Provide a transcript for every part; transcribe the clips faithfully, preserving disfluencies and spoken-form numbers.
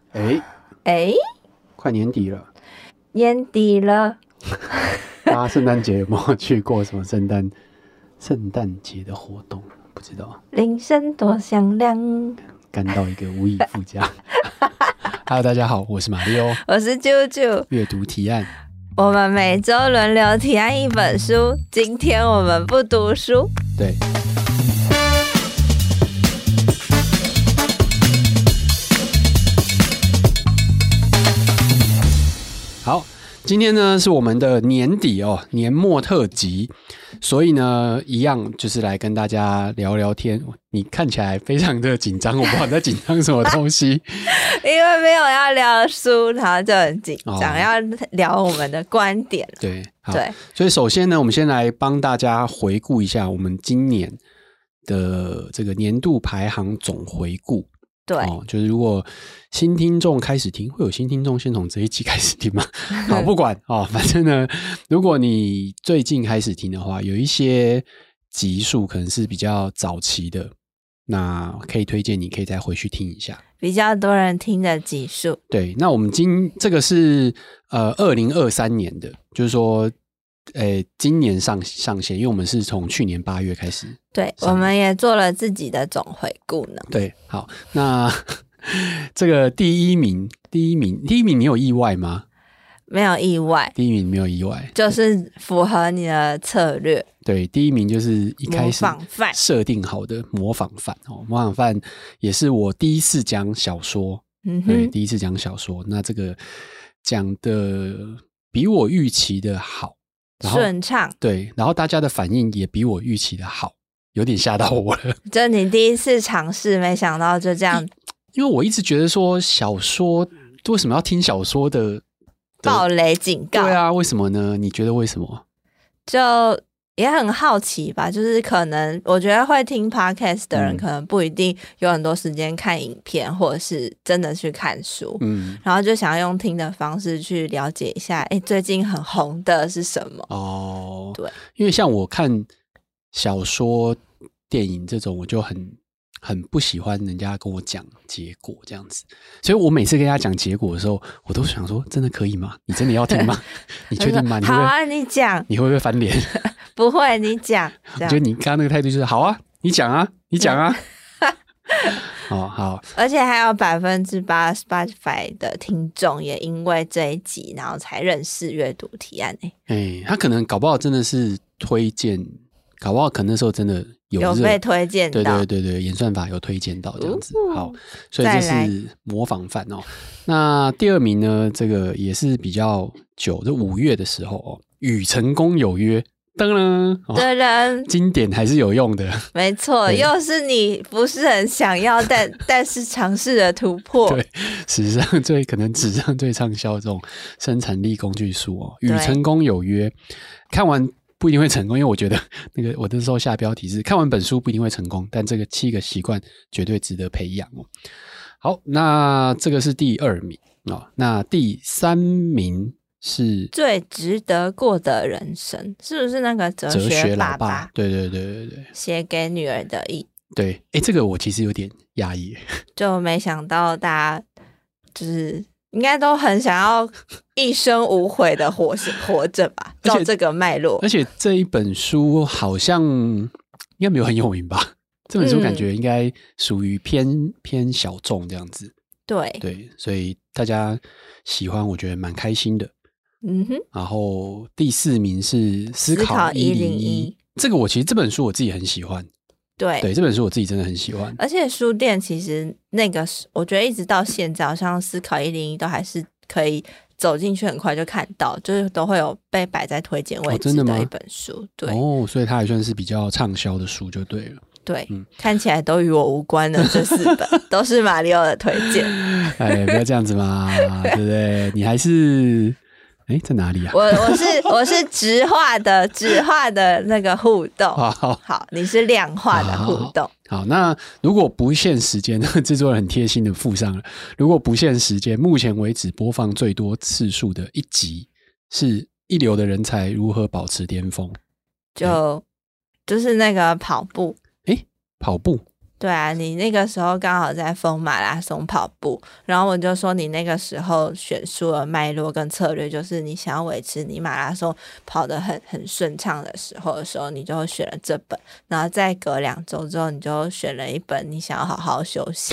哎哎， 快年底了， 年底了， 大家圣诞节有没有去过什么圣诞圣诞节的活动？不知道， 铃声多响亮。 干到一个无以复加。Hello， 大家好，我是马里欧， 我是啾啾。 阅读提案， 我们每周轮流提案一本书，今天我们不读书。 对。好，今天呢是我们的年底哦，年末特辑，所以呢，一样就是来跟大家聊聊天。你看起来非常的紧张，我不知道你在紧张什么东西。 因为没有要聊书，然后就很紧张， 哦、 要聊我们的观点。 对，好， 对， 所以首先呢，我们先来帮大家回顾一下我们今年的这个年度排行总回顾。 对、 哦，就是如果新听众开始听，会有新听众先从这一集开始听吗？好，不管哦，反正呢，如果你最近开始听的话，有一些集数可能是比较早期的，那可以推荐你可以再回去听一下， 比较多人听的集数。 对，那我们今这个是呃二零二三年的，就是说。诶，今年上上线，因为我们是从去年八月开始， 对，我们也做了自己的总回顾呢。 对，好，那这个第一名，第一名，第一名，你有意外吗？ 没有意外， 第一名没有意外， 就是符合你的策略。 对，第一名就是一开始模仿犯设定好的模仿犯哦，模仿犯也是我第一次讲小说， 嗯哼， 对，第一次讲小说，那这个讲的比我预期的好。 顺畅， 对，然后大家的反应也比我预期的好，有点吓到我了。 就你第一次尝试，没想到就这样。 因为我一直觉得说小说为什么要听小说的暴雷警告？ 对啊，为什么呢？你觉得为什么？ 就也很好奇吧，就是可能我觉得会听 podcast 的人，可能不一定有很多时间看影片，或者是真的去看书，嗯，然后就想要用听的方式去了解一下，哎，最近很红的是什么？ 哦， 对， 因为像我看小说、电影这种，我就很很不喜欢人家跟我讲结果这样子，所以我每次跟人家讲结果的时候，我都想说，真的可以吗？你真的要听吗？你确定吗？你会不会好啊，你讲， 你会不会翻脸？ 不会，你讲。 我觉得你刚刚那个态度就是好啊，你讲啊，你讲啊。哦，好， 而且还有百分之八 Spotify 的听众也因为这一集，然后才认识阅读提案诶、 欸。哎、欸，他可能搞不好真的是推荐，搞不好可能那时候真的有有被推荐到， 对对对对，演算法有推荐到这样子。哦、好，所以这是模仿犯哦。那第二名呢，这个也是比较久，就五月的时候哦，与成功有约。噔噔的人， 经典还是有用的， 没错，又是你不是很想要，但但是尝试的突破。 对，史上最可能史上最畅销这种生产力工具书哦，与成功有约。看完不一定会成功，因为我觉得那个我那时候下标题是看完本书不一定会成功，但这个七个习惯绝对值得培养哦。好，那这个是第二名哦，那第三名。是最值得过的人生，是不是那个哲学爸爸？ 哲学对对对对对， 写给女儿的意。 对，哎，这个我其实有点压抑， 就没想到大家就是应该都很想要一生无悔的活活着吧？照这个脉络， 而且这一本书好像应该没有很有名吧？这本书感觉应该属于偏、嗯、偏小众这样子。 对对，所以大家喜欢，我觉得蛮开心的。 嗯哼， 然后第四名是思考一零一，这个我其实这本书我自己很喜欢。 对对，这本书我自己真的很喜欢。 而且书店其实那个，我觉得一直到现在，好像思考一零一都还是可以走进去，很快就看到，就是都会有被摆在推荐位置的一本书。哦、对哦，所以它还算是比较畅销的书就对了。 对、嗯，看起来都与我无关的这四本都是马里奥的推荐。 哎，不要这样子嘛，对不对？你还是。哎，在哪里啊？ 我我是我是直化的直化的那个互动，好，好你是量化的互动。 好, 好, 好，那如果不限时间，制作人很贴心的附上了。如果不限时间，目前为止播放最多次数的一集是一流的人才如何保持巅峰， 就就是那个跑步。 哎，跑步对啊，你那个时候刚好在疯马拉松跑步，然后我就说你那个时候选书的脉络跟策略，就是你想要维持你马拉松跑得很很顺畅的时候的时候，你就选了这本，然后再隔两周之后，你就选了一本你想要好好休息。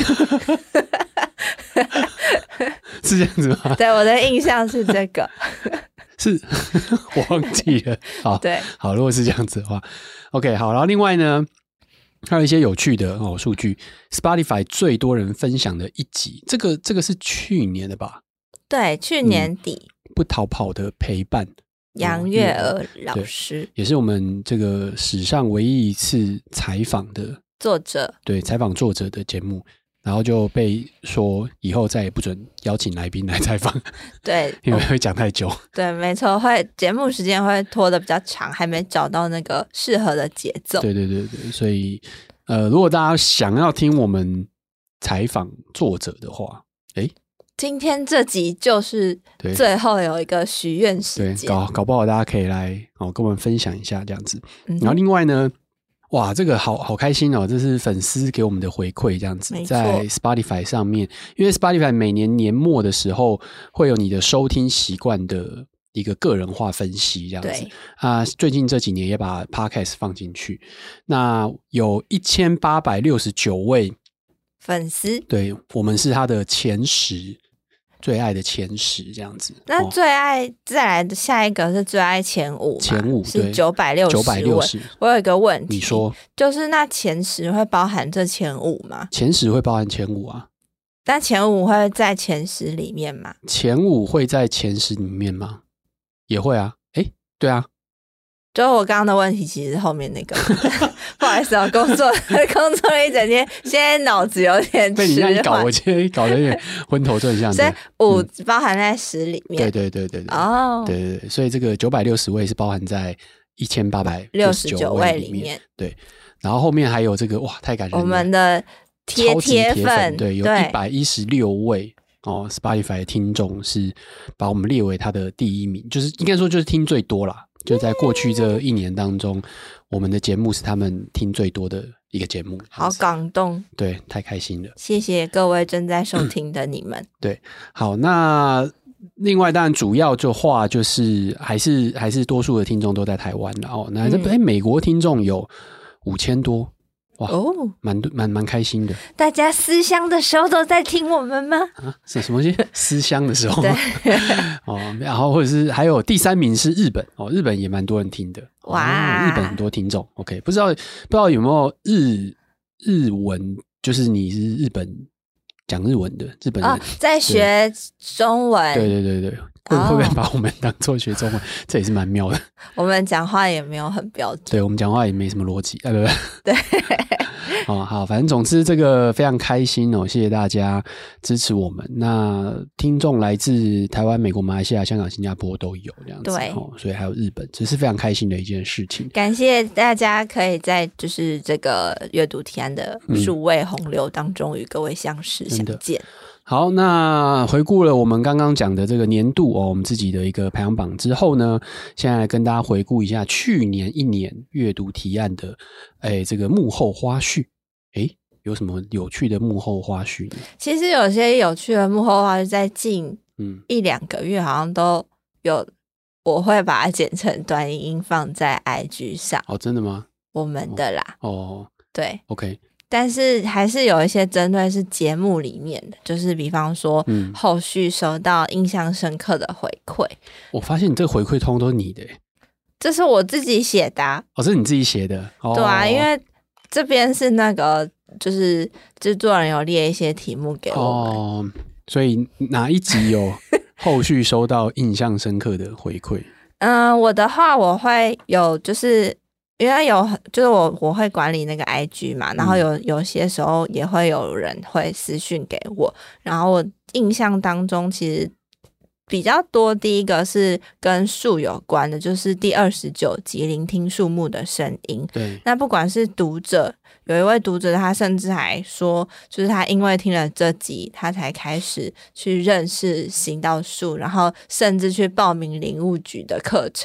是这样子吗？ 对，我的印象是这个。 是我忘记了。好， 对， 好，如果是这样子的话 ，OK， 好。然后另外呢，还有一些有趣的哦数据 ，Spotify 最多人分享的一集，这个这个是去年的吧？ 对，去年底。 嗯、不逃跑的陪伴， 杨月娥老师、 哦、也是我们这个史上唯一一次采访的作者， 对，采访作者的节目。然后就被说以后再也不准邀请来宾来采访， 对， 因为会讲太久。 对，没错，会节目时间会拖得比较长，还没找到那个适合的节奏。 对对对对，所以呃，如果大家想要听我们采访作者的话，哎， 今天这集就是最后有一个许愿时间， 对，搞搞不好大家可以来哦跟我们分享一下这样子。嗯、然后另外呢。哇，这个好好开心哦！这是粉丝给我们的回馈，这样子在 Spotify 上面，因为 Spotify 每年年末的时候会有你的收听习惯的一个个人化分析，这样子啊。最近这几年也把 Podcast 放进去，那有一千八百六十九位粉丝， 对我们是他的前十。最爱的前十这样子， 那最爱、哦、再来的下一个是最爱前五， 前五是九百六十九百六十。 我有一个问题， 你说， 就是那前十会包含这前五吗？ 前十会包含前五啊， 但前五会在前十里面吗？ 前五会在前十里面吗？也会啊，哎，对啊。 就我刚刚的问题其实是后面那个不好意思啊、哦，工作工作了一整天，现在脑子有点被你那一搞，我今天搞得有点昏头转向。 所以五包含在十里面、 嗯、对对对对对哦， 对对对，所以这个九百六十位是包含在一千八百六十九位里面，面对，然后后面还有这个哇，太感人了， 我们的贴贴粉， 对，有一百一十六位哦 ，Spotify 的听众是把我们列为他的第一名，就是应该说就是听最多啦。就在过去这一年当中，我们的节目是他们听最多的一个节目， 好感动， 对，太开心了， 谢谢各位正在收听的你们。 对，好，那另外当然主要就话就是还是还是多数的听众都在台湾了哦，那这、嗯、美国听众有五千多。哇，哦，蛮蛮蛮开心的。 大家思乡的时候都在听我们吗？ 啊，是什么东西？思乡的时候吗？对。哦，然后或者是还有第三名是日本哦，日本也蛮多人听的。 哇， 哦、日本很多听众。OK， 不知道不知道有没有日日文，就是你是日本讲日文的日本人、哦、 在学中文。 对对对对。会会不会把我们当作学中文？这也是蛮妙的。 我们讲话也没有很标准， 对我们讲话也没什么逻辑，哎，不不， 对。 哦，好，反正总之这个非常开心哦，谢谢大家支持我们。那听众来自台湾、美国、马来西亚、香港、新加坡都有这样子， 对、 哦，所以还有日本，这是非常开心的一件事情。 感谢大家可以在就是这个阅读提案的数位洪流当中与各位相识相见。 好，那回顾了我们刚刚讲的这个年度哦，我们自己的一个排行榜之后呢，现在来跟大家回顾一下去年一年阅读提案的，哎，这个幕后花絮，哎，有什么有趣的幕后花絮呢？ 其实有些有趣的幕后花絮在近一两个月好像都有，我会把它剪成短影音放在 I G 上。 哦，真的吗？ 我们的啦。 哦， 对 ，OK。 但是还是有一些针对是节目里面的，就是比方说后续收到印象深刻的回馈、嗯、 我发现你这个回馈通都是你的耶， 这是我自己写的、啊、 哦，这是你自己写的、哦、 对啊，因为这边是那个就是制作人有列一些题目给我们、哦、 所以哪一集有后续收到印象深刻的回馈？ 嗯、呃，我的话我会有就是因为有就是我我会管理那个 I G 嘛，然后有有些时候也会有人会私讯给我，然后我印象当中其实比较多，第一个是跟树有关的，就是第二十九集聆听树木的声音。 对， 那不管是读者，有一位读者他甚至还说，就是他因为听了这集，他才开始去认识行道树，然后甚至去报名林务局的课程。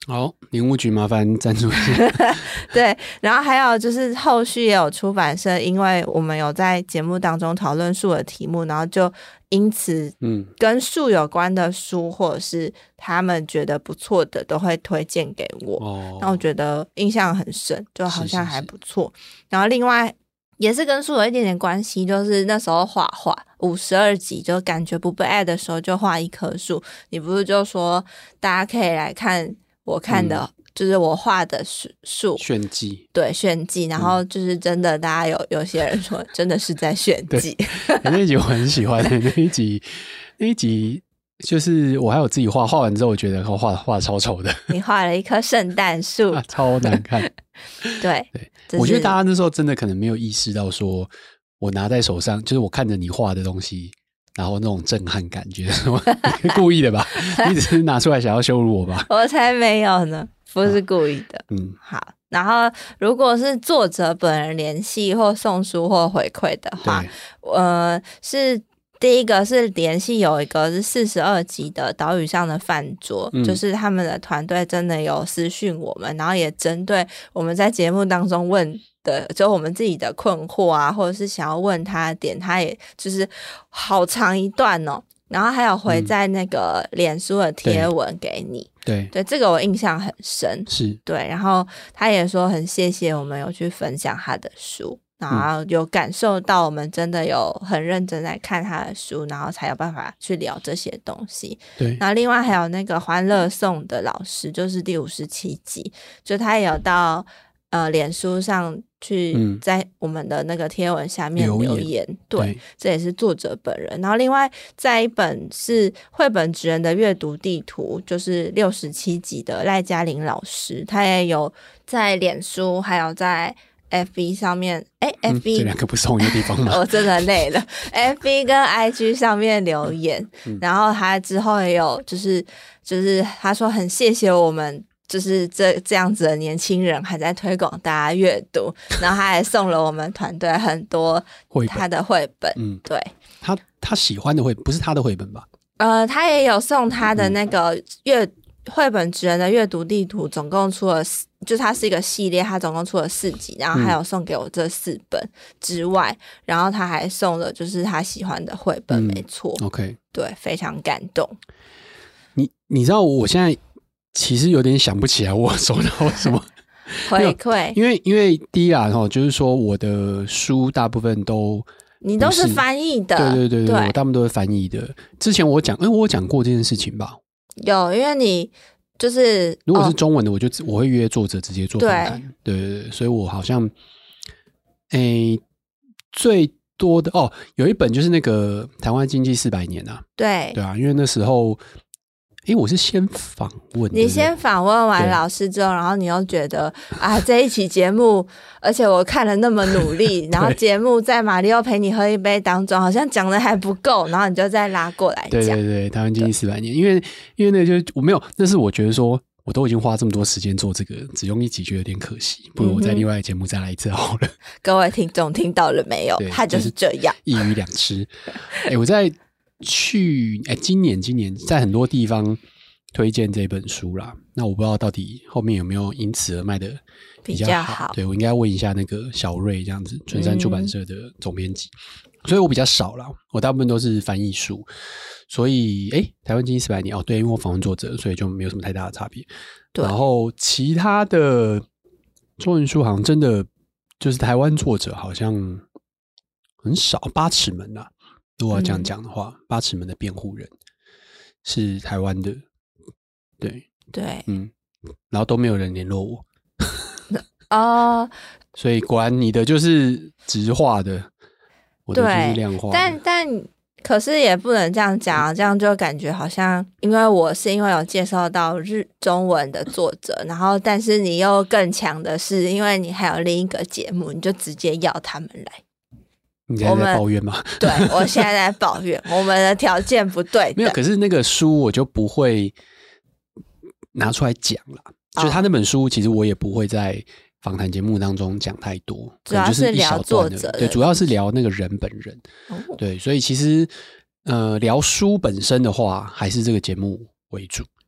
好，林务局麻烦赞助一下。 对，然后还有就是后续也有出版社，因为我们有在节目当中讨论树的题目，然后就因此嗯，跟树有关的书或者是他们觉得不错的都会推荐给我，哦，那我觉得印象很深，就好像还不错。是是是，然后另外也是跟树有一点点关系，就是那时候画画五十二集就感觉不被爱的时候就画一棵树，你不是就说大家可以来看我看的、嗯、就是我画的树炫技， 对，炫技，然后就是真的大家有有些人说真的是在炫技。 那一集我很喜欢的那一集那一集就是我还有自己画，画完之后我觉得我画画超丑的。 你画了一棵圣诞树、 啊、超难看。 对对，我觉得大家那时候真的可能没有意识到说我拿在手上就是我看着你画的东西然后那种震撼感觉说故意的吧，你只是拿出来想要羞辱我吧。 我才没有呢，不是故意的、啊、嗯，好，然后如果是作者本人联系或送书或回馈的话，呃，是第一个是联系有一个是四十二集的岛屿上的饭桌、嗯、就是他们的团队真的有私讯我们，然后也针对我们在节目当中问的就我们自己的困惑啊，或者是想要问他的点，他也就是好长一段哦，然后还有回在那个脸书的贴文给你、 嗯、对对，这个我印象很深， 是对，然后他也说很谢谢我们有去分享他的书，然后有感受到我们真的有很认真在看他的书，然后才有办法去聊这些东西。 对， 然后另外还有那个欢乐颂的老师，就是第五十七集，就他也有到呃脸书上去在我们的那个贴文下面留言、嗯、留言 对, 对，这也是作者本人。然后另外在一本是绘本职人的阅读地图，就是六十七集的赖嘉玲老师，他也有在脸书还有在F B 上面，哎 ，F B、 嗯、这两个不是同一个地方吗？ 我真的累了。F B 跟 I G 上面留言、嗯，然后他之后也有，就是就是他说很谢谢我们，就是这这样子的年轻人还在推广大家阅读，然后他还送了我们团队很多他的绘本。嗯，对， 他他喜欢的绘本不是他的绘本吧？ 呃，他也有送他的那个阅。绘本职人的阅读地图总共出了，就它是一个系列，它总共出了四集，然后还有送给我这四本之外、嗯、然后他还送了就是他喜欢的绘本、嗯、没错 OK 对，非常感动。 你你知道我现在其实有点想不起来我收到什么回馈， 因为因为第一啦就是说我的书大部分都你都是翻译的， 对对对 对, 對，我大部分都是翻译的。之前我讲，哎、欸，我有讲过这件事情吧？ 有，因为你就是如果是中文的，我就、哦、我会约作者直接做访谈，对对对，所以我好像，哎、欸，最多的哦，有一本就是那个台湾经济四百年啊， 对对啊，因为那时候。因为我是先访问， 你先访问完老师之后，然后你又觉得啊，这一期节目，而且我看了那么努力，然后节目在马里奥陪你喝一杯当中，好像讲的还不够，然后你就再拉过来讲。 对对对，台湾经济四百年，因为因为那就我没有，那是我觉得说，我都已经花这么多时间做这个，只用一集觉得有点可惜，不如我在另外的节目再来一次好了。嗯、 各位听众听到了没有？他就是这样， 一鱼两吃。哎、欸，我在。去哎，今年今年在很多地方推荐这本书啦。那我不知道到底后面有没有因此而卖的比较好。比较好对，我应该问一下那个小瑞这样子，春山出版社的总编辑、嗯。所以我比较少啦，我大部分都是翻译书。所以哎，台湾经济四百年哦，对，因为我访问作者，所以就没有什么太大的差别。然后其他的中文书好像真的就是台湾作者好像很少，八尺门啦。如果要这样讲的话、嗯，八尺门的辩护人是台湾的，对对， 嗯，然后都没有人联络我， 哦， 所以果然你的就是直化的，我的就是量化的， 但但可是也不能这样讲，这样就感觉好像，因为我是因为有介绍到日中文的作者，然后但是你又更强的是，因为你还有另一个节目，你就直接要他们来。 你现在在抱怨吗？ 对，我现在在抱怨我们的条件不对。 没有，可是那个书我就不会拿出来讲啦。哦、就他那本书，其实我也不会在访谈节目当中讲太多， 主要是聊作者， 对，主要是聊那个人本人。哦、对，所以其实呃，聊书本身的话，还是这个节目为主。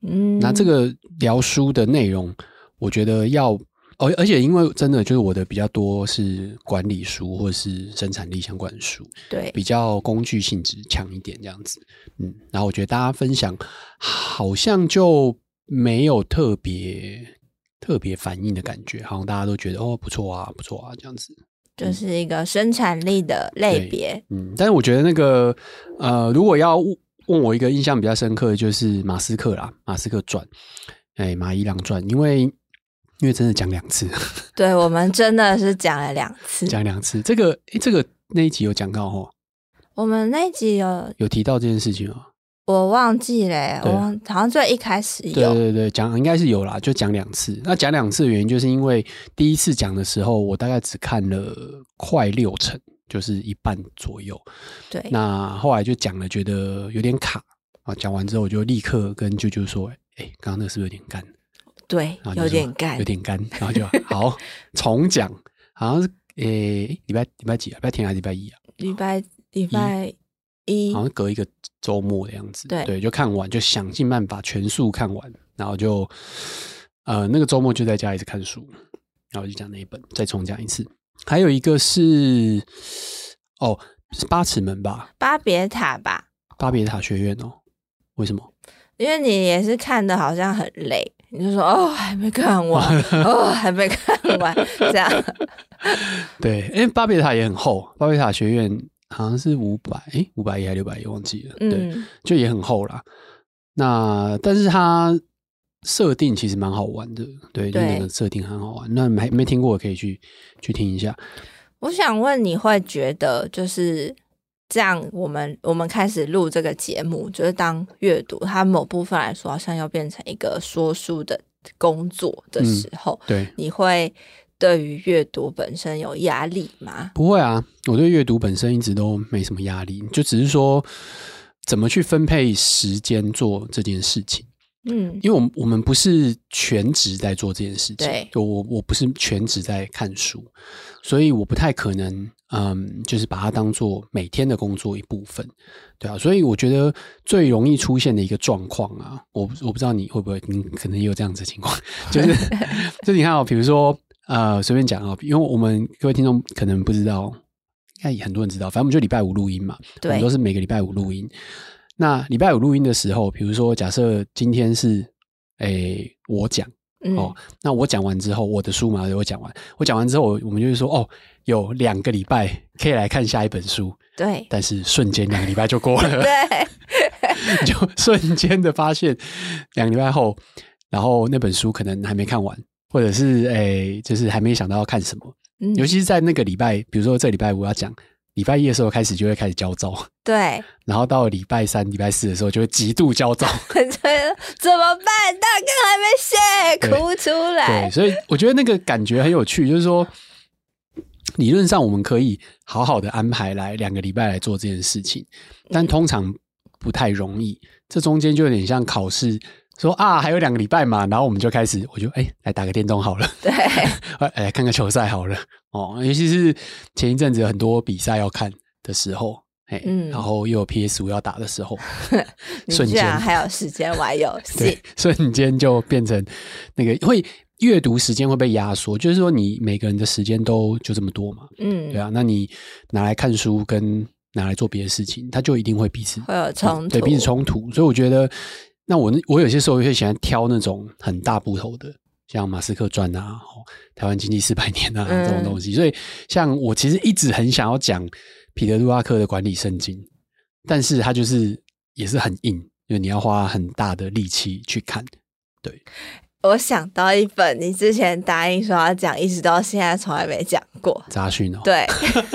嗯，那这个聊书的内容，我觉得要哦，而且因为真的就是我的比较多是管理书或是生产力相关的书， 对， 比较工具性质强一点这样子。嗯，然后我觉得大家分享好像就没有特别特别反应的感觉，好像大家都觉得哦不错啊不错啊这样子。 就是一个生产力的类别， 嗯，但是我觉得那个呃，如果要问我一个印象比较深刻的，就是马斯克啦，马斯克传，哎，马一郎传，因为因为真的讲两次， 对我们真的是讲了两次， 讲两次，这个哎，这个那一集有讲到哦， 我们那一集有有提到这件事情哦。 我忘记了，我好像最一开始有， 对对对，讲应该是有啦，就讲两次。那讲两次的原因，就是因为第一次讲的时候，我大概只看了快六成，就是一半左右。 对， 那后来就讲了，觉得有点卡啊。讲完之后，我就立刻跟啾啾说：“哎，刚刚那个是不是有点干？” 对，有点干， 有点干。然后就好重讲，好像是诶礼拜礼拜几啊？礼拜天还是礼拜一啊？ 礼拜礼拜一， 好像隔一个周末的样子。 对对，就看完，就想尽办法全数看完，然后就呃那个周末就在家一直看书，然后就讲那一本，再重讲一次。还有一个是哦，是八尺门吧？ 巴别塔吧？ 巴别塔学院哦？为什么？ 因为你也是看的好像很累，你就说哦还没看完，哦还没看完，这样。 对，因为巴别塔也很厚，巴别塔学院好像是五百，哎，五百一还六百一忘记了，嗯，对，就也很厚啦。那但是它设定其实蛮好玩的，对，就那个设定很好玩。那没没听过，可以去去听一下。 我想问，你会觉得就是这样我们我们开始录这个节目，就是当阅读它某部分来说好像要变成一个说书的工作的时候， 嗯，对， 你会对于阅读本身有压力吗？ 不会啊，我对阅读本身一直都没什么压力，就只是说怎么去分配时间做这件事情。嗯，因为我们我们不是全职在做这件事情， 对， 就我我不是全职在看书，所以我不太可能，嗯，就是把它当做每天的工作一部分，对啊，所以我觉得最容易出现的一个状况啊，我我不知道你会不会，你可能也有这样子的情况，就是就你看哦，比如说呃，随便讲啊，因为我们各位听众可能不知道，应该也很多人知道，反正我们就礼拜五录音嘛， 对， 我们都是每个礼拜五录音。那礼拜五录音的时候，比如说假设今天是诶我讲，嗯，哦，那我讲完之后，我的书嘛我讲完，我讲完之后，我们就是说哦，有两个礼拜可以来看下一本书， 对， 但是瞬间两个礼拜就过了， 对， 就瞬间的发现两个礼拜后，然后那本书可能还没看完，或者是诶就是还没想到要看什么，嗯，尤其是在那个礼拜，比如说这礼拜五要讲。礼拜一的时候开始就会开始焦躁， 对， 然后到礼拜三、礼拜四的时候就会极度焦躁， 怎么办？大纲还没写，哭出来。 对，所以我觉得那个感觉很有趣，就是说，理论上我们可以好好的安排来两个礼拜来做这件事情，但通常不太容易。这中间就有点像考试。说啊，还有两个礼拜嘛，然后我们就开始，我就哎、欸、来打个电动好了， 对， 来看个球赛好了哦。尤其是前一阵子有很多比赛要看的时候，哎、嗯，然后又有 P S 五 要打的时候， 瞬间还有时间玩游戏， 对，瞬间就变成那个会阅读时间会被压缩，就是说你每个人的时间都就这么多嘛，嗯，对啊，那你拿来看书跟拿来做别的事情，它就一定会彼此会有冲突， 对，彼此冲突，所以我觉得。那我我有些时候会喜欢挑那种很大部头的，像马斯克传啊、哦、台湾经济四百年啊、嗯、这种东西。所以像我其实一直很想要讲彼得·杜拉克的管理圣经，但是他就是也是很硬，因为你要花很大的力气去看。对， 我想到一本你之前答应说要讲，一直到现在从来没讲过杂讯哦。 对。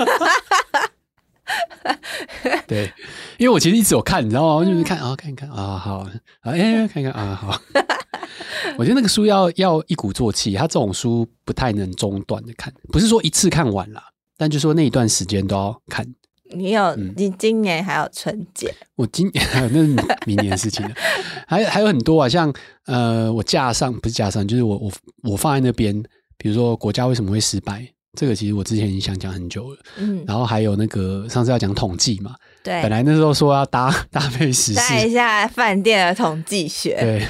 对，因为我其实一直有看，你知道吗？我就是看啊，看一看啊，好啊，哎、欸，看一看啊，好。我觉得那个书要要一鼓作气，它这种书不太能中断的看，不是说一次看完啦，但就说那一段时间都要看。 你有，嗯、你今年还有春节？ 我今年那是明年的事情了，还还有很多啊，像呃，我架上不是架上，就是我我我放在那边，比如说国家为什么会失败。这个其实我之前已经想讲很久了，嗯，然后还有那个上次要讲统计嘛， 对， 本来那时候说要搭搭配时事， 带一下饭店的统计学， 对，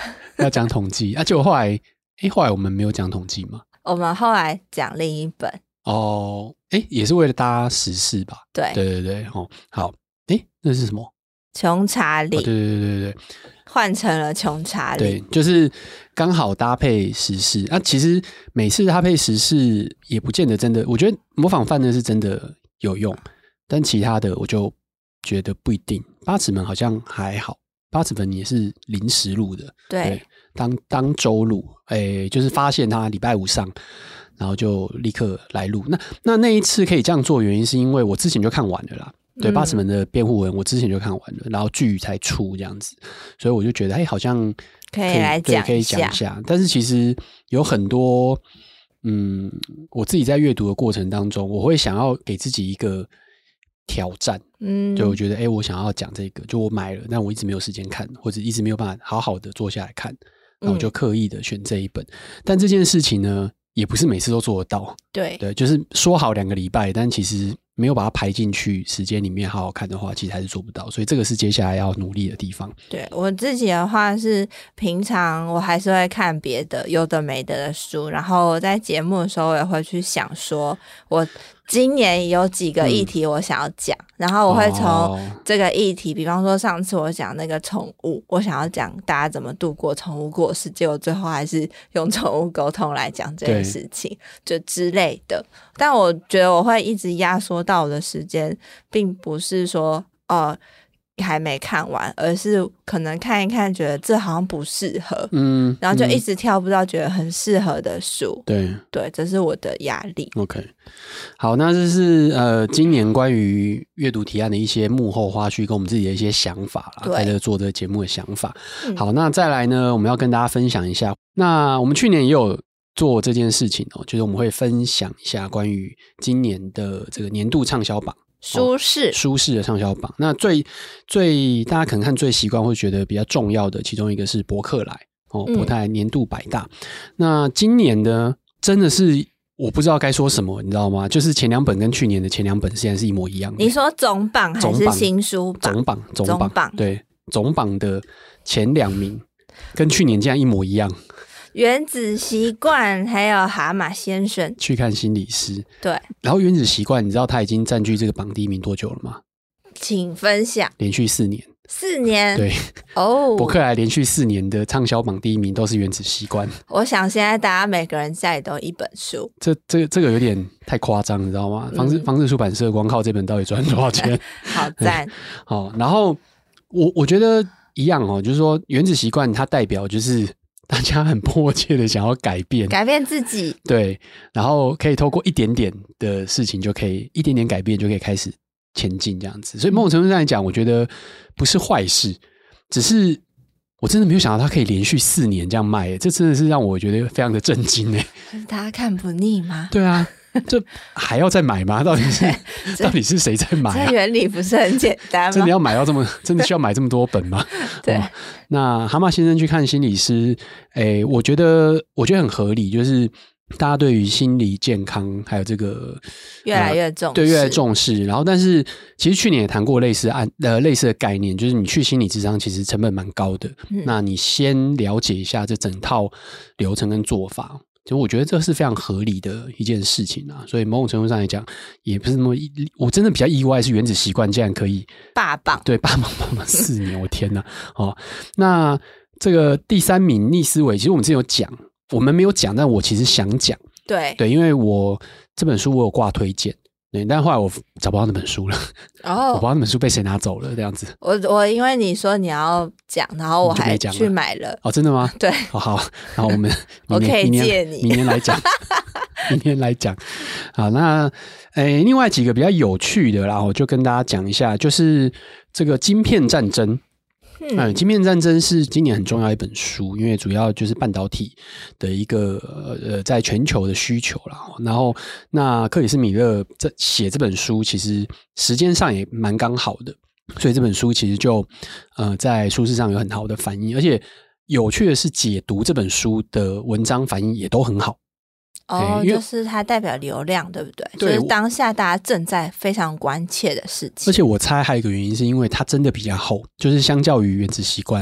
要讲统计啊，结果后来哎，后来我们没有讲统计吗？ 我们后来讲另一本哦，哎，也是为了搭时事吧？ 对对对对，哦，好，哎，那是什么？ 穷查理， 哦，对对对对对， 换成了穷查理， 对，就是刚好搭配时事啊。其实每次搭配时事也不见得真的，我觉得模仿犯呢是真的有用，但其他的我就觉得不一定。八尺门好像还好，八尺门也是临时录的， 对， 对当当周录，哎，就是发现他礼拜五上。然后就立刻来录。那那那一次可以这样做，原因是因为我之前就看完了啦。对，八尺门的辩护文我之前就看完了，然后剧才出这样子，所以我就觉得，哎，好像可以来讲， 可以讲一下。但是其实有很多，嗯，我自己在阅读的过程当中，我会想要给自己一个挑战。嗯，就我觉得，哎，我想要讲这个，就我买了，但我一直没有时间看，或者一直没有办法好好的坐下来看，那我就刻意的选这一本。嗯、但这件事情呢？也不是每次都做得到， 对对，就是说好两个礼拜，但其实没有把它排进去时间里面好好看的话，其实还是做不到，所以这个是接下来要努力的地方。 对，我自己的话是平常我还是会看别的有的没的的书，然后在节目的时候我也会去想说我今年有几个议题我想要讲、嗯、然后我会从这个议题、哦、比方说上次我讲那个宠物，我想要讲大家怎么度过宠物过世，结果最后还是用宠物沟通来讲这件事情就之类的。但我觉得我会一直压缩到的时间并不是说呃还没看完，而是可能看一看觉得这好像不适合，嗯，然后就一直挑不到觉得很适合的书。对对，这是我的压力。 OK， 好，那这是呃今年关于阅读提案的一些幕后花絮跟我们自己的一些想法啦，在这做这个节目的想法、嗯、好，那再来呢我们要跟大家分享一下，那我们去年也有做这件事情哦，就是我们会分享一下关于今年的这个年度畅销榜舒适、哦、 舒适的畅销榜。那最最大家可能看最习惯会觉得比较重要的其中一个是博客来哦，博客来年度百大、嗯、那今年呢真的是我不知道该说什么，你知道吗？就是前两本跟去年的前两本现在是一模一样的。 你说总榜还是新书榜？ 总榜总榜总榜对，总榜的前两名跟去年竟然一模一样。 原子习惯还有蛤蟆先生去看心理师， 对。 然后原子习惯你知道他已经占据这个榜第一名多久了吗？ 请分享。 连续四年。 四年？ 对哦， 博客来连续四年的畅销榜第一名都是原子习惯。 我想现在大家每个人家里都有一本书， 这这个这个有点太夸张，你知道吗？方式方式出版社光靠这本到底赚多少钱？ 好赞。 好，然后我我觉得一样哦，就是说原子习惯它代表就是大家很迫切的想要改变， 改变自己， 对，然后可以透过一点点的事情就可以一点点改变，就可以开始前进这样子。所以某种程度上来讲，我觉得不是坏事，只是我真的没有想到它可以连续四年这样卖，这真的是让我觉得非常的震惊哎。 大家看不腻吗？ 对啊，这还要再买吗？到底是到底是谁在买啊？ 这原理不是很简单吗？ 真的要买到这么，真的需要买这么多本吗？ 对、哦。 那蛤蟆先生去看心理师，诶，我觉得我觉得很合理，就是大家对于心理健康还有这个越来越重视、呃， 对，越来越重视。然后，但是其实去年也谈过类似案呃类似的概念，就是你去心理咨商其实成本蛮高的、嗯，那你先了解一下这整套流程跟做法。就我觉得这是非常合理的一件事情啊，所以某种程度上来讲，也不是那么，我真的比较意外是原子习惯竟然可以霸榜， 对，霸榜霸榜四年，我天哪！哦，那这个第三名逆思维，其实我们之前有讲，我们没有讲，但我其实想讲， 对对，因为我这本书我有挂推荐。对，但后来我找不到那本书了，哦、oh, 我不知道那本书被谁拿走了，这样子。 我我因为你说你要讲，然后我还去买了。 哦，真的吗？ 对， 好好，然后我们我可以借你， 明年来讲，明年来讲。好，那诶，另外几个比较有趣的啦，我就跟大家讲一下，就是这个晶片战争。嗯，晶片战争是今年很重要的一本书，因为主要就是半导体的一个呃，在全球的需求啦。然后，那克里斯米勒这写这本书，其实时间上也蛮刚好的，所以这本书其实就呃在书市上有很好的反应，而且有趣的是，解读这本书的文章反应也都很好。 哦，就是它代表流量，对不对？ 对， 就是当下大家正在非常关切的事情。 而且我猜还有一个原因，是因为它真的比较厚，就是相较于原子习惯，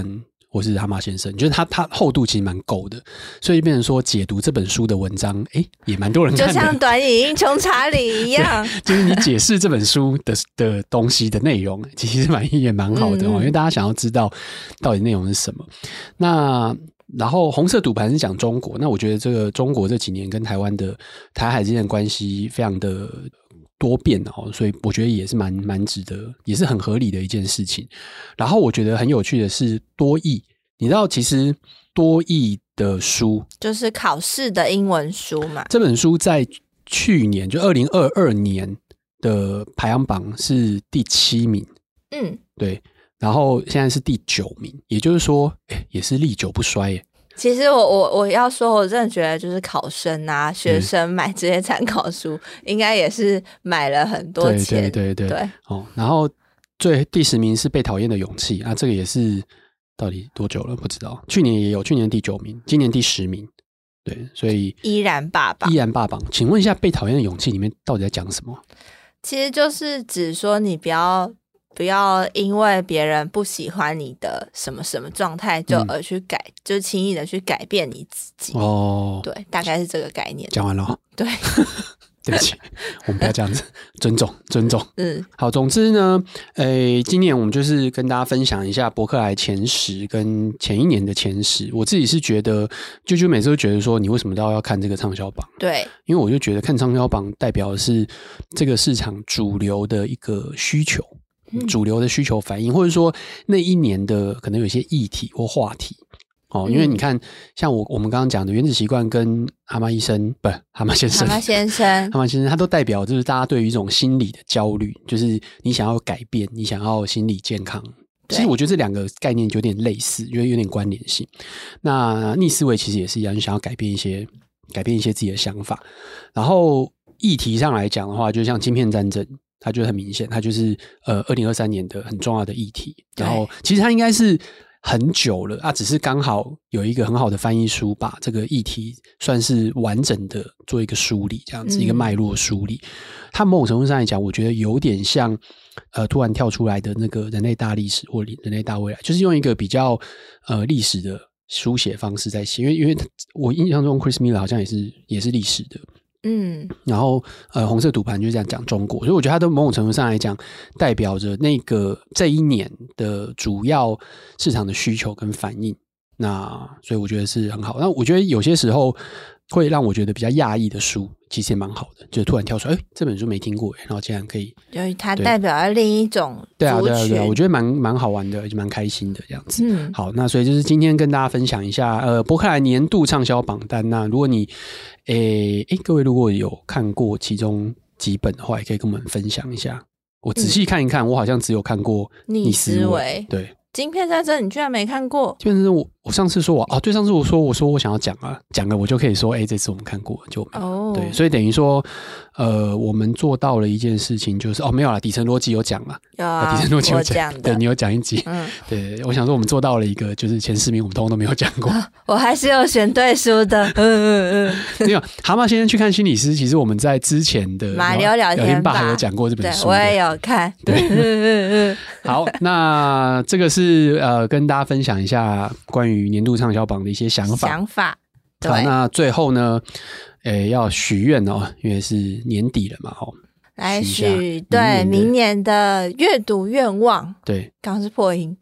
或是蛤蟆先生，就是它它厚度其实蛮够的，所以变成说解读这本书的文章，哎，也蛮多人看的， 就像短影音穷查理一样， 就是你解释这本书的的东西的内容，其实蛮也蛮好的、哦嗯、因为大家想要知道到底内容是什么。那然后红色赌盘是讲中国，那我觉得这个中国这几年跟台湾的台海之间的关系非常的多变哦，所以我觉得也是蛮蛮值得，也是很合理的一件事情。然后我觉得很有趣的是多益，你知道其实多益的书就是考试的英文书嘛， 这本书在去年就二零二二年的排行榜是第七名，嗯，对，然后现在是第九名，也就是说，欸、也是历久不衰耶。 其实我我我要说，我真的觉得就是考生啊、学生买这些参考书，嗯、应该也是买了很多钱。 对对对对, 对哦，然后最第十名是被讨厌的勇气啊，这个也是到底多久了不知道，去年也有，去年第九名，今年第十名。对，所以依然霸榜， 依然霸榜。请问一下，被讨厌的勇气里面到底在讲什么？ 其实就是指说你不要。不要因为别人不喜欢你的什么什么状态就而去改、嗯、就轻易的去改变你自己哦。对，大概是这个概念。 讲完了。 对对不起，我们不要这样子，尊重尊重。嗯，好，总之呢，诶，今年我们就是跟大家分享一下博客来前十跟前一年的前十。我自己是觉得，啾啾每次都觉得说，你为什么都要看这个畅销榜？ 对， 因为我就觉得看畅销榜代表的是这个市场主流的一个需求。主流的需求反应，或者说那一年的可能有些议题或话题哦，因为你看，像我我们刚刚讲的原子习惯跟蛤蟆医生，不是蛤蟆先生， 蛤蟆先生， 蛤蟆先生，他都代表就是大家对于一种心理的焦虑，就是你想要改变，你想要心理健康。其实我觉得这两个概念有点类似，因为有点关联性。那逆思维其实也是一样，就想要改变一些改变一些自己的想法。然后议题上来讲的话，就像晶片战争。它就很明显，它就是呃二零二三年的很重要的议题。然后其实它应该是很久了啊，只是刚好有一个很好的翻译书，把这个议题算是完整的做一个梳理，这样子、嗯、一个脉络梳理。它某种程度上来讲，我觉得有点像呃突然跳出来的那个人类大历史或人类大未来，就是用一个比较呃历史的书写方式在写。因为因为我印象中 Chris Miller 好像也是也是历史的。嗯，然后呃，红色赌盘就这样讲中国，所以我觉得它都某种程度上来讲，代表着那个这一年的主要市场的需求跟反应。那所以我觉得是很好。那我觉得有些时候会让我觉得比较讶异的书，其实也蛮好的，就突然跳出来，哎，这本书没听过，然后竟然可以， 因为它代表了另一种族群。 对啊，对啊，对啊，我觉得蛮蛮好玩的，就蛮开心的这样子。嗯，好，那所以就是今天跟大家分享一下，呃，博客来年度畅销榜单。那如果你，诶诶，各位如果有看过其中几本的话，也可以跟我们分享一下。我仔细看一看，嗯、我好像只有看过逆思维，对。 晶片战争你居然没看过？ 晶片战争我我上次说我啊，对，上次我说我说我想要讲啊，讲了我就可以说，哎，这次我们看过就没有、哦、对，所以等于说，呃，我们做到了一件事情，就是哦，没有啦，底层逻辑有讲啦， 有啊， 底层逻辑有讲， 对你有讲一集，嗯，对，我想说我们做到了一个，就是前十名我们通通都没有讲过， 啊、我还是有选对书的，嗯嗯嗯， 没有，蛤蟆先生去看心理师，其实我们在之前的马流聊天吧还有讲过这本书， 我也有看， 对，嗯嗯嗯，好，那这个是呃跟大家分享一下关于年度畅销榜的一些想法。 想法，对。 好，那最后呢，诶，要许愿哦，因为是年底了嘛，哦， 来许对明年的阅读愿望。 对， 刚刚是破音。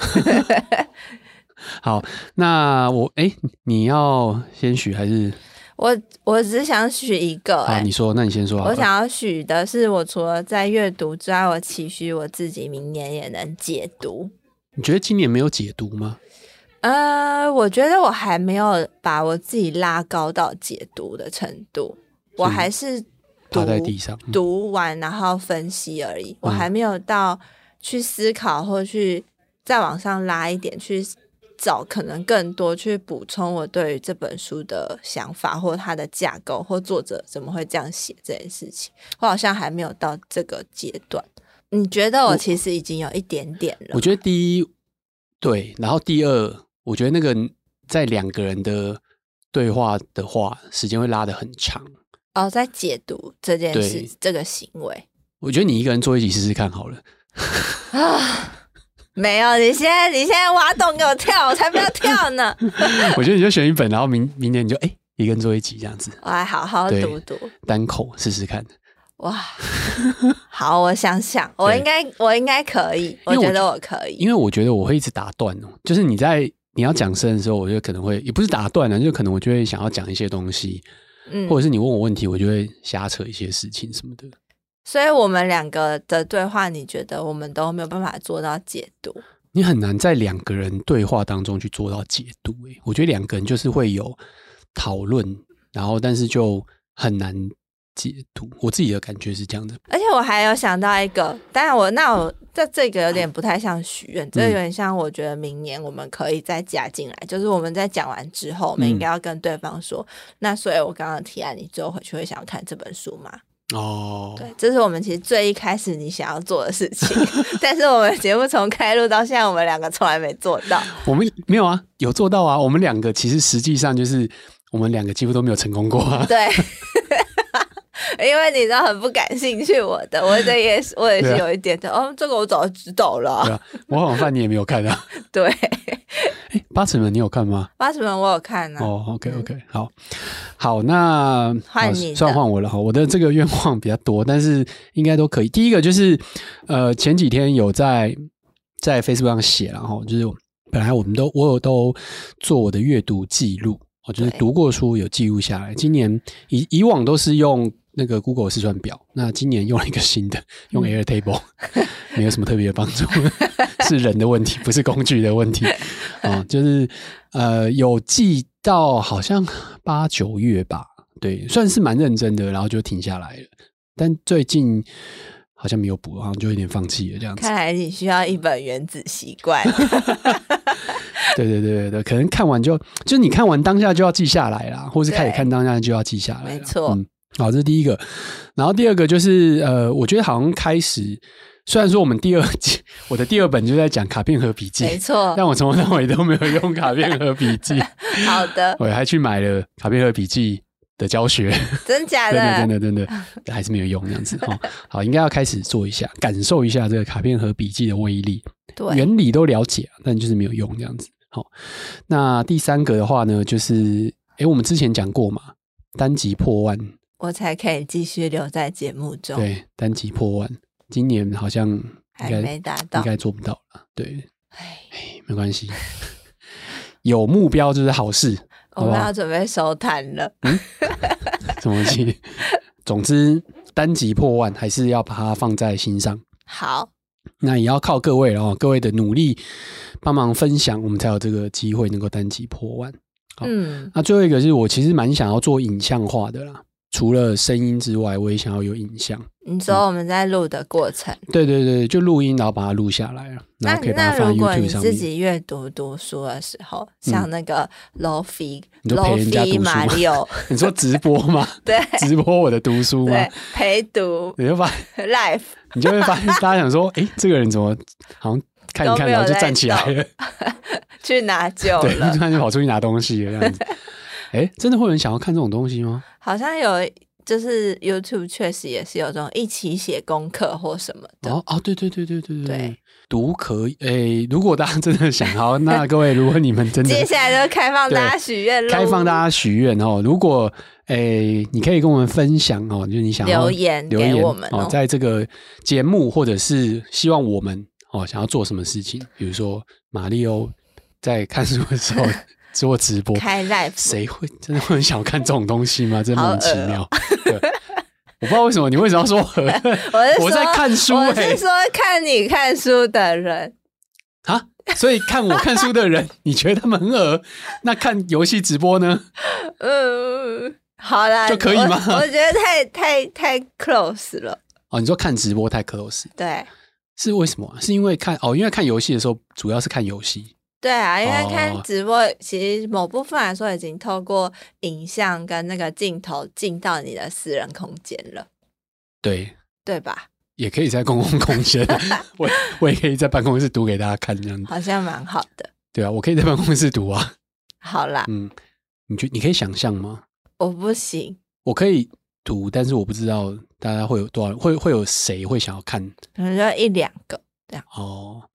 好，那我诶，你要先许还是？ 我我只想许一个、欸。 好，你说，那你先说好了。 我想要许的是，我除了在阅读之外，我期许我自己明年也能解读。 你觉得今年没有解读吗？ 呃，我觉得我还没有把我自己拉高到解读的程度，我还是趴在地上、 嗯、读完然后分析而已，我还没有到去思考或去再往上拉一点，去找可能更多去补充我对于这本书的想法或它的架构或作者怎么会这样写这件事情，我好像还没有到这个阶段。你觉得我其实已经有一点点了？ 我觉得第一对，然后第二我觉得那个在两个人的对话的话时间会拉得很长哦，在解读这件事这个行为， 我觉得你一个人做一集试试看好了啊。 没有，你现在你现在挖洞给我跳，我才不要跳呢。 我觉得你就选一本，然后明明年你就哎、欸、一个人做一集这样子， 我来好好读读， 单口试试看。 哇，好，我想想，我应该我应该可以，我觉得我可以， 因为我觉得我会一直打断哦，就是你在你要讲声的时候，我觉得可能会也不是打断了，就可能我就会想要讲一些东西，嗯，或者是你问我问题，我就会瞎扯一些事情什么的。 所以我们两个的对话，你觉得我们都没有办法做到解读？ 你很难在两个人对话当中去做到解读、欸。我觉得两个人就是会有讨论，然后但是就很难解读。我自己的感觉是这样的。 而且我还有想到一个，当然我那我这这个有点不太像许愿，这个有点像我觉得明年我们可以再加进来，嗯、就是我们在讲完之后，我们应该要跟对方说，嗯、那所以我刚刚的提案，你最后回去会想要看这本书吗？哦，对，这是我们其实最一开始你想要做的事情，但是我们节目从开录到现在，我们两个从来没做到。 我们没有啊，有做到啊。我们两个其实实际上就是我们两个几乎都没有成功过啊。 对，因为你知道很不感兴趣我的，我这也是我也是有一点的、啊、哦，这个我早就知道了。 对啊，模仿犯你也没有看啊。 对。 欸、八尺门你有看吗？ 八尺门我有看啊。 哦 ，OK OK，、嗯、好，好，那换你， 算换我了哈。我的这个愿望比较多，但是应该都可以。第一个就是，呃，前几天有在在 Facebook 上写了哈，就是本来我们都我有都做我的阅读记录，哦，就是读过书有记录下来。今年以以往都是用那个 Google 试算表，那今年用了一个新的，用 Airtable，、嗯、没有什么特别的帮助，是人的问题，不是工具的问题。哦，就是呃有记到好像八九月吧，对，算是蛮认真的，然后就停下来了。但最近好像没有补，好像就有点放弃了这样子。 看来你需要一本原子习惯。 对对对对，可能看完就就是你看完当下就要记下来啦，或是开始看当下就要记下来。 没错。 嗯，好，这是第一个。然后第二个就是呃，我觉得好像开始。虽然说我们第二集我的第二本就在讲卡片和笔记， 没错， 但我从头到尾都没有用卡片和笔记。 好的， 我还去买了卡片和笔记的教学， 真假的？ 真的真的真的，还是没有用这样子。哦，好，应该要开始做一下，感受一下这个卡片和笔记的威力。 对， 原理都了解，但就是没有用这样子。好，那第三个的话呢，就是哎，我们之前讲过嘛，单集破万， 我才可以继续留在节目中。 对，单集破万。今年好像应该还没达到， 应该做不到了。对，哎，没关系，有目标就是好事。 我们要准备收摊了。 嗯，什么东西？总之，单集破万还是要把它放在心上。 好， 那也要靠各位哦，各位的努力帮忙分享，我们才有这个机会能够单集破万。好，嗯，那最后一个是我其实蛮想要做影像化的啦。除了声音之外，我也想要有影像。 你说我们在录的过程、嗯？对对对，就录音，然后把它录下来了，然后可以把它放在 YouTube 上面。 那如果你自己阅读读书的时候，像那个 Lofi， 你就陪人家读书吗？你说直播吗？ 对， 直播我的读书吗？ 对，陪读， 你就发 live， 你就会发现大家想说，哎、欸，这个人怎么好像看一看，然后就站起来了， 去拿酒了， 对，突然就跑出去拿东西了这样子。哎、欸，真的会有人想要看这种东西吗？ 好像有，就是 YouTube 确实也是有这种一起写功课或什么的。 哦哦，对对对对对对对，读可以。哎，如果大家真的想好，那各位，如果你们真的接下来就开放大家许愿， 开放大家许愿哦。如果哎，你可以跟我们分享哦，就是你想要留言给我们哦，在这个节目或者是希望我们哦想要做什么事情，比如说马里欧在看书的时候。做直播开 live， 谁会真的会很想要看这种东西吗？真莫名其妙。对，我不知道为什么你为什么要说恶？ 我是说我在看书、欸， 我是说看你看书的人啊，所以看我看书的人，你觉得他们很恶？那看游戏直播呢？ 嗯，好啦， 就可以吗？ 我, 我觉得太太太 close 了。 哦，你说看直播太 close？ 对， 是为什么？是因为看哦，因为看游戏的时候主要是看游戏。 对啊，因为看直播，哦、其实某部分来说已经透过影像跟那个镜头进到你的私人空间了。 对， 对吧？ 也可以在公共空间，我我也可以在办公室读给大家看，这样子好像蛮好的。 对啊，我可以在办公室读啊。 好啦， 嗯，你觉你可以想象吗？ 我不行， 我可以读，但是我不知道大家会有多少，会会有谁会想要看？ 可能就一两个这样。 哦。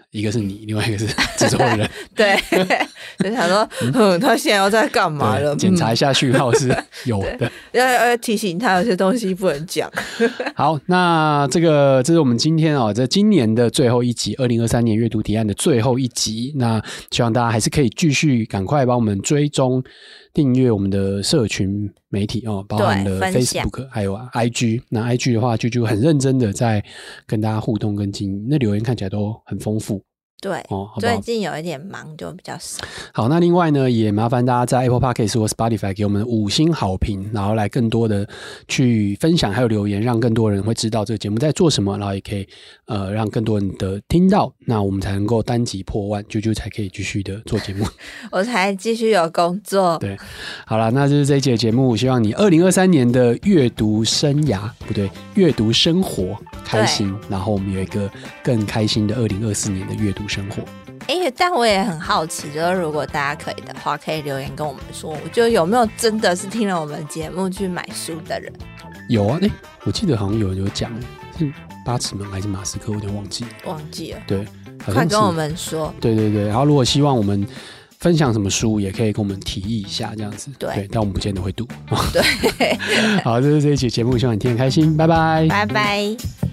一个是你，另外一个是制作人。 对，就想说，嗯，他现在要在干嘛了？ 检查一下讯号是有的， 要要提醒他有些东西不能讲。 好，那这个这是我们今天哦，这今年的最后一集，二零二三年阅读提案的最后一集。那希望大家还是可以继续赶快帮我们追踪、订阅我们的社群媒体哦，包含了 Facebook 还有 I G。那 I G 的话，就就很认真的在跟大家互动跟经营，那留言看起来都很丰富。 对、哦好不好，最近有一点忙，就比较少。 好，那另外呢，也麻烦大家在 Apple Podcast 或 Spotify 给我们五星好评，然后来更多的去分享还有留言，让更多人会知道这个节目在做什么，然后也可以呃让更多人的听到，那我们才能够单集破万，啾啾才可以继续的做节目， 我才继续有工作。 对，好了，那就是这一集的节目，希望你二零二三年的阅读生涯不对，阅读生活开心，然后我们有一个更开心的二零二四年的阅读生活。 欸，但我也很好奇，就是如果大家可以的话，可以留言跟我们说，就有没有真的是听了我们节目去买书的人？ 有啊，欸，我记得好像有人有讲，是八尺门还是马斯克，我有点忘记了， 忘记了。 对， 快跟我们说。对对对，然后如果希望我们分享什么书，也可以跟我们提议一下，这样子。对，对但我们不见得会读。对，好，这是这一期节目，希望你听得开心，拜拜， 拜拜。